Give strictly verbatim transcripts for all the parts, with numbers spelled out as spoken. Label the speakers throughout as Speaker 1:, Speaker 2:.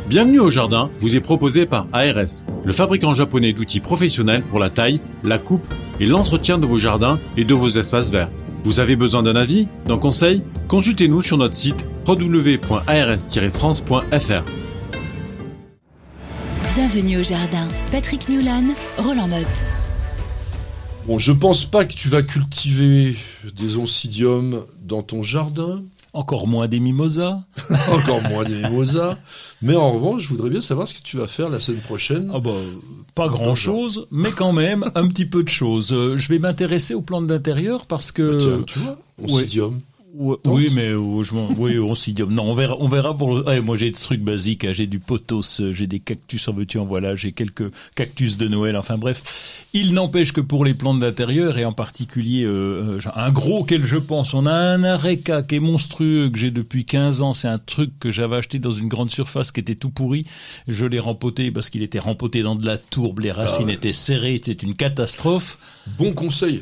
Speaker 1: Bienvenue au jardin vous est proposé par A R S, le fabricant japonais d'outils professionnels pour la taille, la coupe et l'entretien de vos jardins et de vos espaces verts. Vous avez besoin d'un avis, d'un conseil? Consultez-nous sur notre site w w w point a r s tiret france point f r.
Speaker 2: Bienvenue au jardin. Patrick Mulan, Roland Motte.
Speaker 3: Bon, je pense pas que tu vas cultiver des oncidiums dans ton jardin.
Speaker 4: Encore moins des mimosas.
Speaker 3: Encore moins des mimosas. Mais en revanche, je voudrais bien savoir ce que tu vas faire la semaine prochaine.
Speaker 4: Ah bah, pas grand-chose, mais quand même un petit peu de choses. Euh, je vais m'intéresser aux plantes d'intérieur parce que...
Speaker 3: Bah tiens, tu vois, oncidium.
Speaker 4: Ouais. Ouais, oui, mais euh, je m'en, oui, oncidium. Non, on verra, on verra pour. Ouais, moi, j'ai des trucs basiques. Hein, j'ai du pothos, euh, j'ai des cactus en veux-tu en voilà, j'ai quelques cactus de Noël. Enfin bref, il n'empêche que pour les plantes d'intérieur et en particulier euh, un gros auquel je pense, on a un areca qui est monstrueux que j'ai depuis quinze ans. C'est un truc que j'avais acheté dans une grande surface qui était tout pourri. Je l'ai rempoté parce qu'il était rempoté dans de la tourbe, les racines ah ouais. étaient serrées, c'était une catastrophe.
Speaker 3: Bon conseil.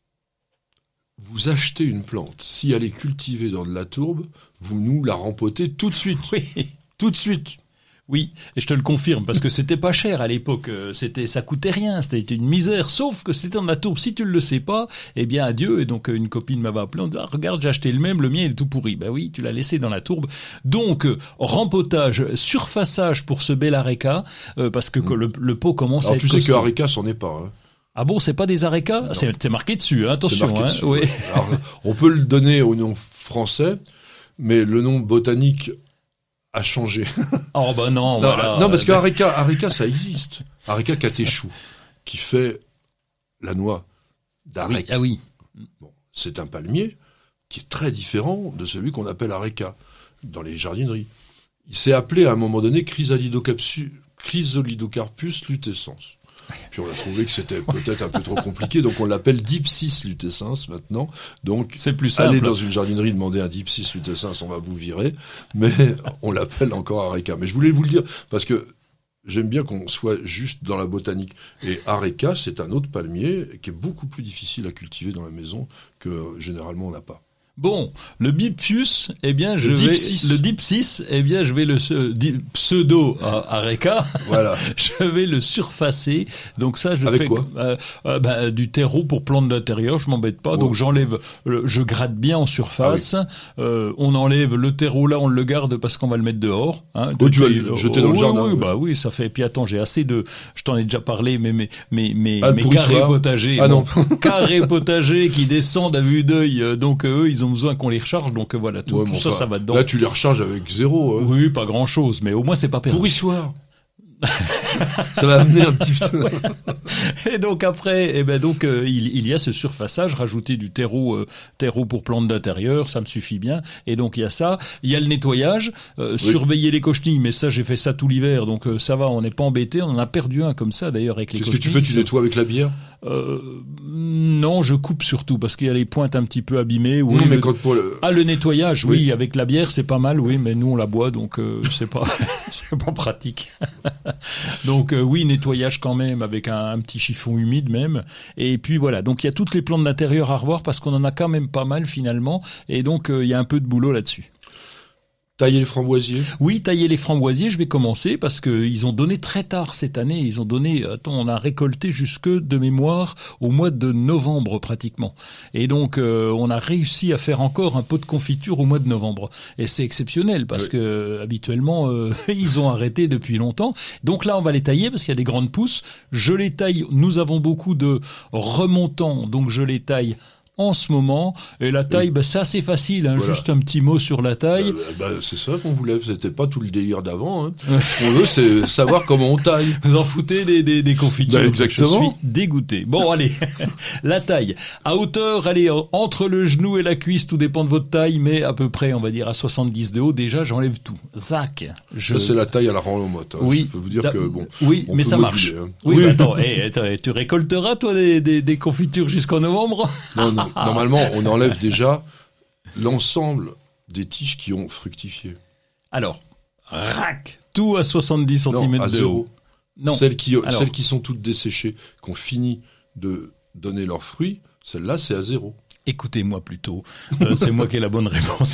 Speaker 3: Vous achetez une plante, si elle est cultivée dans de la tourbe, vous nous la rempotez tout de suite.
Speaker 4: Oui.
Speaker 3: Tout de suite.
Speaker 4: Oui, et je te le confirme, parce que c'était pas cher à l'époque, c'était, ça coûtait rien, c'était une misère, sauf que c'était dans la tourbe. Si tu le sais pas, eh bien adieu. Et donc une copine m'avait appelé, on dit, ah, regarde, j'ai acheté le même, le mien il est tout pourri. Ben oui, tu l'as laissé dans la tourbe. Donc, rempotage, surfaçage pour ce bel areca, euh, parce que, mmh. que le, le pot commence
Speaker 3: Alors,
Speaker 4: à être
Speaker 3: tu sais
Speaker 4: costaud.
Speaker 3: que areca, c'en est pas, hein.
Speaker 4: Ah bon, c'est pas des arecas? C'est, c'est marqué dessus, hein, attention.
Speaker 3: Marqué
Speaker 4: hein,
Speaker 3: dessus,
Speaker 4: oui.
Speaker 3: ouais. Alors, on peut le donner au nom français, mais le nom botanique a changé.
Speaker 4: Oh bah non,
Speaker 3: non,
Speaker 4: voilà.
Speaker 3: non parce que areca, areca, ça existe. Areca catéchou, qui fait la noix d'arec.
Speaker 4: Oui, ah oui.
Speaker 3: Bon, c'est un palmier qui est très différent de celui qu'on appelle areca dans les jardineries. Il s'est appelé à un moment donné Chrysalidocarpus, Chrysalidocarpus lutescens. Puis on a trouvé que c'était peut-être un peu trop compliqué, donc on l'appelle Dipsis lutescens maintenant. Donc
Speaker 4: c'est plus simple.
Speaker 3: Allez dans une jardinerie demander un Dipsis lutescens, on va vous virer, mais on l'appelle encore areca. Mais je voulais vous le dire parce que j'aime bien qu'on soit juste dans la botanique. Et areca, c'est un autre palmier qui est beaucoup plus difficile à cultiver dans la maison que généralement on n'a pas.
Speaker 4: Bon, le Bipfius, eh bien, je
Speaker 3: le
Speaker 4: vais,
Speaker 3: dipsis.
Speaker 4: le Dipsis, eh bien, je vais le euh, di, pseudo euh, areca.
Speaker 3: Voilà.
Speaker 4: Je vais le surfacer. Donc ça, je
Speaker 3: Avec
Speaker 4: fais
Speaker 3: quoi
Speaker 4: euh, euh, bah, du terreau pour plantes d'intérieur. Je m'embête pas. Oh. Donc j'enlève, le, je gratte bien en surface. Ah oui. euh, on enlève le terreau là, on le garde parce qu'on va le mettre dehors. Hein,
Speaker 3: oh, tu vas le jeter
Speaker 4: oh,
Speaker 3: dans le
Speaker 4: oui,
Speaker 3: jardin.
Speaker 4: Oui,
Speaker 3: ouais.
Speaker 4: bah oui, ça fait. Puis attends, j'ai assez de. Je t'en ai déjà parlé, mais mais mais mais
Speaker 3: ah,
Speaker 4: mes carrés potagers.
Speaker 3: Ah non.
Speaker 4: Bon, carrés potagers qui descendent à vue d'œil. Donc eux, ils ont besoin qu'on les recharge. Donc voilà, tout,
Speaker 3: ouais,
Speaker 4: tout
Speaker 3: bon,
Speaker 4: ça,
Speaker 3: enfin,
Speaker 4: ça va dedans.
Speaker 3: Là, tu les recharges avec zéro. Hein.
Speaker 4: Oui, pas grand-chose, mais au moins c'est pas perdu.
Speaker 3: Pourrissoir. Ça va amener un petit peu.
Speaker 4: Et donc après, eh ben donc euh, il, il y a ce surfaçage, rajouter du terreau, euh, terreau pour plantes d'intérieur, ça me suffit bien. Et donc il y a ça, il y a le nettoyage, euh, oui. surveiller les cochenilles. Mais ça, j'ai fait ça tout l'hiver, donc euh, ça va, on n'est pas embêté. On en a perdu un comme ça d'ailleurs avec les
Speaker 3: Qu'est-ce
Speaker 4: cochenilles.
Speaker 3: Qu'est-ce que tu fais? Tu nettoies avec la bière?
Speaker 4: Euh, non, je coupe surtout parce qu'il y a les pointes un petit peu abîmées. Oui,
Speaker 3: non, mais
Speaker 4: le...
Speaker 3: quand pour le...
Speaker 4: Ah, le nettoyage, oui.
Speaker 3: oui,
Speaker 4: avec la bière, c'est pas mal, oui, mais nous on la boit, donc euh, c'est pas, c'est pas pratique. Donc euh, oui, nettoyage quand même avec un, un petit chiffon humide même. Et puis voilà, donc il y a toutes les plantes d'intérieur à revoir parce qu'on en a quand même pas mal finalement, et donc il euh, y a un peu de boulot là-dessus.
Speaker 3: Tailler les framboisiers?
Speaker 4: Oui, tailler les framboisiers, je vais commencer parce que ils ont donné très tard cette année. Ils ont donné, attends, on a récolté jusque de mémoire au mois de novembre pratiquement. Et donc, euh, on a réussi à faire encore un pot de confiture au mois de novembre. Et c'est exceptionnel parce oui. que habituellement, euh, ils ont arrêté depuis longtemps. Donc là, on va les tailler parce qu'il y a des grandes pousses. Je les taille. Nous avons beaucoup de remontants, donc je les taille en ce moment, et la taille, oui. bah, c'est assez facile, hein, voilà. Juste un petit mot sur la taille.
Speaker 3: Bah, bah, c'est ça qu'on voulait, c'était pas tout le délire d'avant. Hein. Ce qu'on veut, c'est savoir comment on taille.
Speaker 4: Vous en foutez des, des, des confitures.
Speaker 3: Bah, exactement.
Speaker 4: Je suis dégoûté. Bon, allez, la taille. À hauteur, allez, entre le genou et la cuisse, tout dépend de votre taille, mais à peu près, on va dire, à soixante-dix de haut, déjà, j'enlève tout. Zac. Je...
Speaker 3: Ça, c'est la taille à la Roland Motte. Hein.
Speaker 4: Oui.
Speaker 3: Je peux vous dire da... que, bon.
Speaker 4: Oui, mais ça
Speaker 3: moduler,
Speaker 4: marche.
Speaker 3: Hein.
Speaker 4: Oui, oui. Bah, attends, hey, attends, tu récolteras, toi, des, des, des confitures jusqu'en novembre?
Speaker 3: Non, non. Normalement, on enlève déjà l'ensemble des tiges qui ont fructifié.
Speaker 4: Alors, rac, tout à soixante-dix centimètres de
Speaker 3: zéro.
Speaker 4: haut. Non.
Speaker 3: Celles qui,
Speaker 4: Alors,
Speaker 3: celles qui sont toutes desséchées, qui ont fini de donner leurs fruits, celles-là, c'est à zéro.
Speaker 4: Écoutez-moi plutôt, euh, c'est moi qui ai la bonne réponse.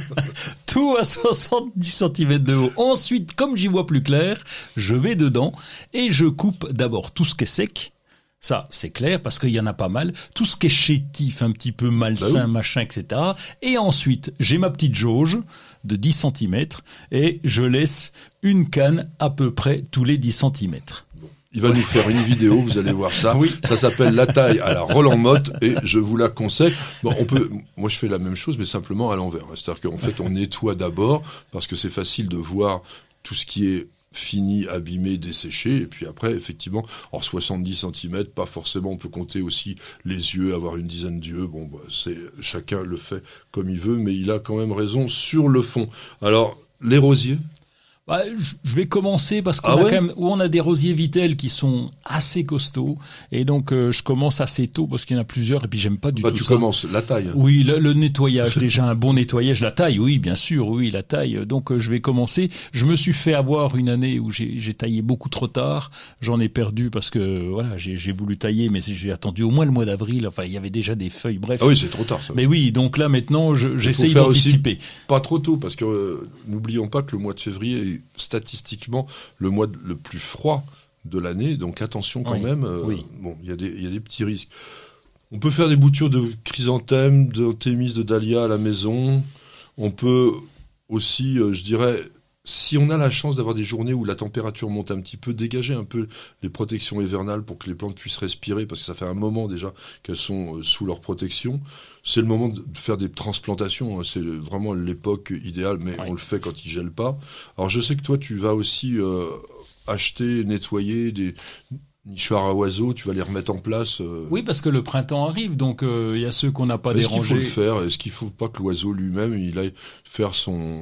Speaker 4: Tout à soixante-dix centimètres de haut. Ensuite, comme j'y vois plus clair, je vais dedans et je coupe d'abord tout ce qui est sec. Ça, c'est clair, parce qu'il y en a pas mal. Tout ce qui est chétif, un petit peu malsain, bah oui. machin, et cetera. Et ensuite, j'ai ma petite jauge de dix centimètres et je laisse une canne à peu près tous les dix centimètres.
Speaker 3: Il va nous faire une vidéo, vous allez voir ça. Oui. Ça s'appelle la taille à la Roland Motte et je vous la conseille. Bon, on peut, moi je fais la même chose mais simplement à l'envers. C'est-à-dire qu'en fait on nettoie d'abord parce que c'est facile de voir tout ce qui est fini, abîmé, desséché, et puis après, effectivement, en soixante-dix centimètres, pas forcément, on peut compter aussi les yeux, avoir une dizaine d'yeux, bon, bah, c'est, chacun le fait comme il veut, mais il a quand même raison sur le fond. Alors, les rosiers?
Speaker 4: Bah, je vais commencer parce qu'on
Speaker 3: ah
Speaker 4: a
Speaker 3: ouais
Speaker 4: quand même, on a des rosiers Vitel qui sont assez costauds et donc euh, je commence assez tôt parce qu'il y en a plusieurs et puis j'aime pas du
Speaker 3: bah,
Speaker 4: tout
Speaker 3: tu
Speaker 4: ça.
Speaker 3: Tu commences la taille.
Speaker 4: Oui, le, le nettoyage déjà un bon nettoyage, la taille, oui bien sûr, oui la taille. Donc euh, je vais commencer. Je me suis fait avoir une année où j'ai, j'ai taillé beaucoup trop tard. J'en ai perdu parce que voilà j'ai, j'ai voulu tailler mais j'ai attendu au moins le mois d'avril. Enfin il y avait déjà des feuilles. Bref.
Speaker 3: Ah oui c'est trop tard ça.
Speaker 4: Mais oui donc là maintenant je, j'essaye d'anticiper.
Speaker 3: Pas trop tôt parce que euh, n'oublions pas que le mois de février est statistiquement le mois le plus froid de l'année, donc attention quand oui, même. Euh, oui. Bon, il y a des il y a des petits risques. On peut faire des boutures de chrysanthème, d'anthémis, de dahlia à la maison. On peut aussi, euh, je dirais, si on a la chance d'avoir des journées où la température monte un petit peu, dégager un peu les protections hivernales pour que les plantes puissent respirer, parce que ça fait un moment déjà qu'elles sont euh, sous leur protection. C'est le moment de faire des transplantations, hein. C'est vraiment l'époque idéale, mais oui. on le fait quand il gèle pas. Alors je sais que toi tu vas aussi euh, acheter, nettoyer des nichoirs à oiseaux, tu vas les remettre en place. Euh...
Speaker 4: Oui, parce que le printemps arrive, donc il euh, y a ceux qu'on n'a pas
Speaker 3: Est-ce
Speaker 4: dérangés.
Speaker 3: Est-ce qu'il faut le faire? Est-ce qu'il faut pas que l'oiseau lui-même il aille faire son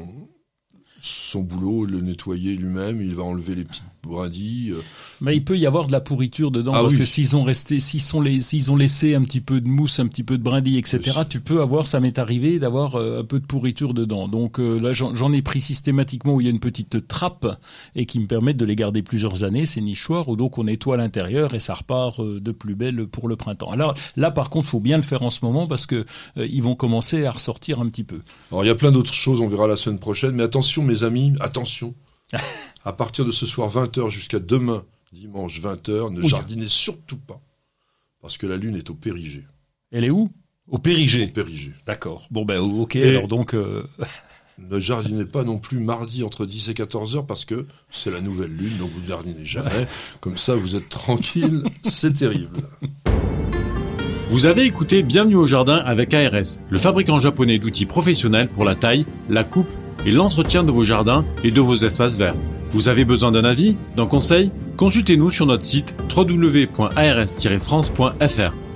Speaker 3: son boulot, le nettoyer lui-même, il va enlever les petites brindilles.
Speaker 4: Mais il peut y avoir de la pourriture dedans,
Speaker 3: ah
Speaker 4: parce
Speaker 3: oui.
Speaker 4: que s'ils ont resté, s'ils sont les, s'ils ont laissé un petit peu de mousse, un petit peu de brindilles, et cetera, tu peux avoir, ça m'est arrivé d'avoir euh, un peu de pourriture dedans. Donc euh, là, j'en, j'en ai pris systématiquement où il y a une petite trappe et qui me permettent de les garder plusieurs années, ces nichoirs, où donc on nettoie l'intérieur et ça repart euh, de plus belle pour le printemps. Alors là, par contre, faut bien le faire en ce moment parce que euh, ils vont commencer à ressortir un petit peu.
Speaker 3: Alors il y a plein d'autres choses, on verra la semaine prochaine, mais attention mes amis, attention. À partir de ce soir vingt heures jusqu'à demain, dimanche vingt heures, ne oui. jardinez surtout pas. Parce que la lune est au périgée.
Speaker 4: Elle est où? Au périgée.
Speaker 3: Au périgée.
Speaker 4: D'accord. Bon ben ok,
Speaker 3: et
Speaker 4: alors donc... Euh...
Speaker 3: ne jardinez pas non plus mardi entre dix et quatorze heures parce que c'est la nouvelle lune, donc vous ne jardinez jamais. Comme ça, vous êtes tranquille. C'est terrible.
Speaker 1: Vous avez écouté Bienvenue au jardin avec A R S, le fabricant japonais d'outils professionnels pour la taille, la coupe et l'entretien de vos jardins et de vos espaces verts. Vous avez besoin d'un avis, d'un conseil? Consultez-nous sur notre site w w w point a r s tiret france point f r.